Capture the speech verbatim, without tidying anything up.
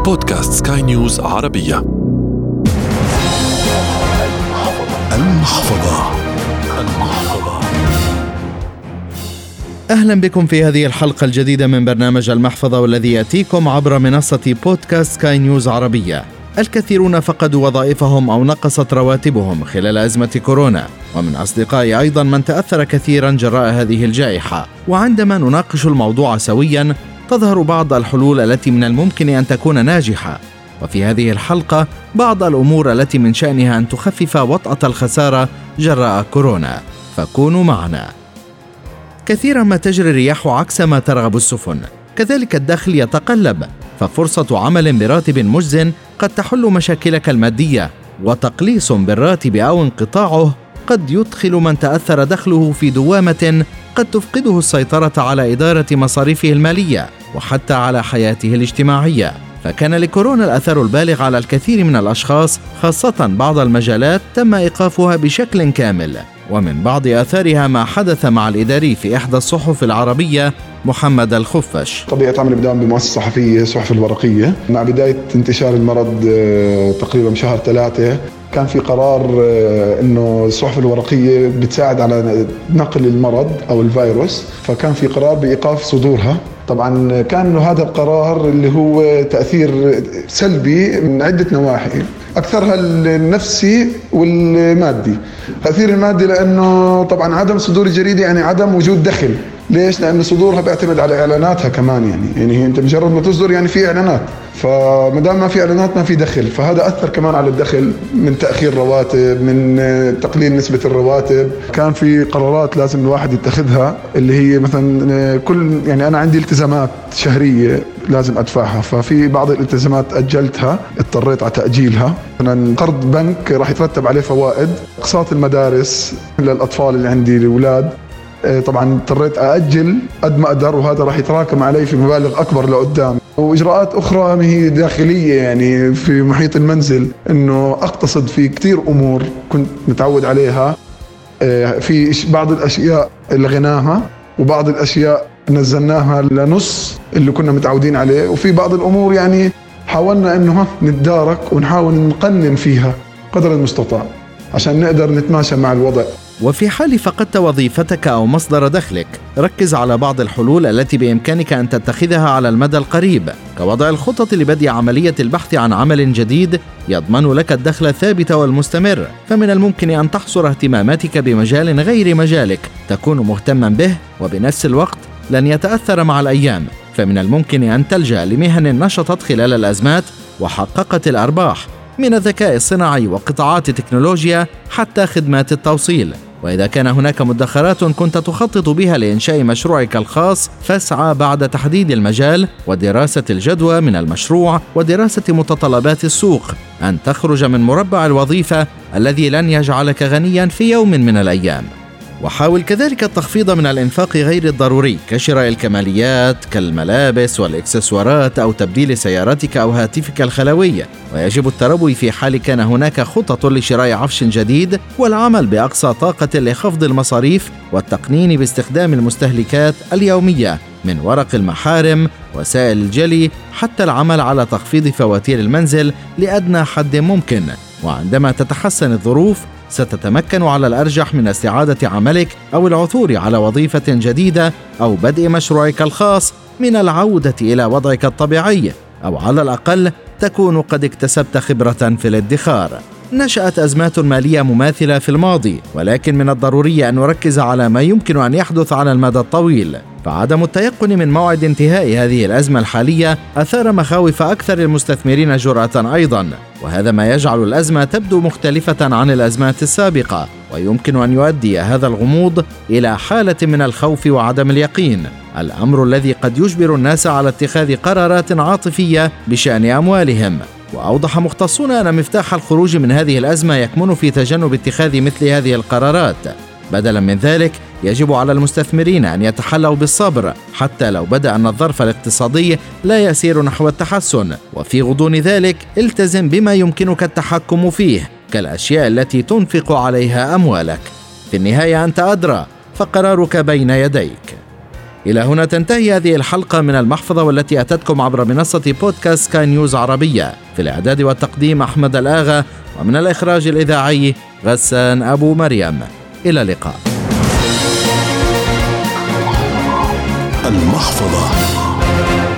بودكاست سكاي نيوز عربية. المحفظة. المحفظة. أهلا بكم في هذه الحلقة الجديدة من برنامج المحفظة، والذي يأتيكم عبر منصة بودكاست سكاي نيوز عربية. الكثيرون فقدوا وظائفهم أو نقصت رواتبهم خلال أزمة كورونا، ومن أصدقائي أيضا من تأثر كثيرا جراء هذه الجائحة. وعندما نناقش الموضوع سويا تظهر بعض الحلول التي من الممكن أن تكون ناجحة، وفي هذه الحلقة بعض الأمور التي من شأنها أن تخفف وطأة الخسارة جراء كورونا، فكونوا معنا. كثيرا ما تجري الرياح عكس ما ترغب السفن، كذلك الدخل يتقلب، ففرصة عمل براتب مجز قد تحل مشاكلك المادية، وتقليص بالراتب أو انقطاعه قد يدخل من تأثر دخله في دوامة قد تفقده السيطرة على إدارة مصاريفه المالية وحتى على حياته الاجتماعية. فكان لكورونا الأثر البالغ على الكثير من الأشخاص، خاصة بعض المجالات تم إيقافها بشكل كامل. ومن بعض آثارها ما حدث مع الإداري في إحدى الصحف العربية محمد الخفش. طبيعة عمل بدأ بمؤسسة صحفية صحف الورقية. مع بداية انتشار المرض تقريبا شهر ثلاثة كان في قرار إنه الصحف الورقية بتساعد على نقل المرض أو الفيروس، فكان في قرار بإيقاف صدورها. طبعا كان هذا القرار اللي هو تأثير سلبي من عدة نواحي، أكثرها النفسي والمادي. تأثير المادي لأنه طبعا عدم صدور الجريدة يعني عدم وجود دخل. ليش؟ لأن صدورها بيعتمد على إعلاناتها كمان، يعني يعني أنت مجرد ما تصدر يعني في إعلانات، فمدام ما في إعلانات ما في دخل، فهذا أثر كمان على الدخل من تأخير رواتب، من تقليل نسبة الرواتب. كان في قرارات لازم الواحد يتخذها، اللي هي مثلا كل يعني أنا عندي التزامات شهرية لازم أدفعها، ففي بعض الالتزامات أجلتها، اضطريت على تأجيلها. مثلا قرض بنك راح يترتب عليه فوائد، أقساط المدارس للأطفال اللي عندي الأولاد طبعا اضطريت أأجل قد ما أقدر، وهذا راح يتراكم علي في مبالغ أكبر لقدام. وإجراءات أخرى هي داخلية يعني في محيط المنزل، إنه أقتصد في كتير أمور كنت متعود عليها. في بعض الأشياء لغيناها، وبعض الأشياء نزلناها لنص اللي كنا متعودين عليه، وفي بعض الأمور يعني حاولنا إنه نتدارك ونحاول نقنن فيها قدر المستطاع عشان نقدر نتماشى مع الوضع. وفي حال فقدت وظيفتك أو مصدر دخلك، ركز على بعض الحلول التي بإمكانك أن تتخذها على المدى القريب، كوضع الخطط لبدء عملية البحث عن عمل جديد يضمن لك الدخل الثابت والمستمر. فمن الممكن أن تحصر اهتماماتك بمجال غير مجالك تكون مهتما به، وبنفس الوقت لن يتأثر مع الأيام. فمن الممكن أن تلجأ لمهن نشطت خلال الأزمات وحققت الأرباح، من الذكاء الصناعي وقطاعات التكنولوجيا حتى خدمات التوصيل. وإذا كان هناك مدخرات كنت تخطط بها لإنشاء مشروعك الخاص، فاسعى بعد تحديد المجال ودراسة الجدوى من المشروع ودراسة متطلبات السوق أن تخرج من مربع الوظيفة الذي لن يجعلك غنيا في يوم من الأيام. وحاول كذلك التخفيض من الإنفاق غير الضروري، كشراء الكماليات كالملابس والإكسسوارات أو تبديل سيارتك أو هاتفك الخلوي. ويجب التروي في حال كان هناك خطط لشراء عفش جديد، والعمل بأقصى طاقة لخفض المصاريف والتقنين باستخدام المستهلكات اليومية من ورق المحارم، وسائل الجلي، حتى العمل على تخفيض فواتير المنزل لأدنى حد ممكن. وعندما تتحسن الظروف ستتمكن على الأرجح من استعادة عملك أو العثور على وظيفة جديدة أو بدء مشروعك الخاص من العودة إلى وضعك الطبيعي، أو على الأقل تكون قد اكتسبت خبرة في الادخار. نشأت أزمات مالية مماثلة في الماضي، ولكن من الضروري أن نركز على ما يمكن أن يحدث على المدى الطويل. فعدم التيقن من موعد انتهاء هذه الأزمة الحالية أثار مخاوف أكثر المستثمرين جرأة أيضا، وهذا ما يجعل الأزمة تبدو مختلفة عن الأزمات السابقة. ويمكن أن يؤدي هذا الغموض إلى حالة من الخوف وعدم اليقين، الأمر الذي قد يجبر الناس على اتخاذ قرارات عاطفية بشأن أموالهم. وأوضح مختصون أن مفتاح الخروج من هذه الأزمة يكمن في تجنب اتخاذ مثل هذه القرارات. بدلا من ذلك يجب على المستثمرين أن يتحلوا بالصبر حتى لو بدأ أن الظرف الاقتصادي لا يسير نحو التحسن، وفي غضون ذلك التزم بما يمكنك التحكم فيه كالأشياء التي تنفق عليها أموالك. في النهاية أنت أدرى، فقرارك بين يديك. إلى هنا تنتهي هذه الحلقة من المحفظة، والتي أتتكم عبر منصة بودكاست سكاي نيوز عربية. في الإعداد والتقديم أحمد الآغا، ومن الإخراج الإذاعي غسان أبو مريم. إلى اللقاء. المحفظة.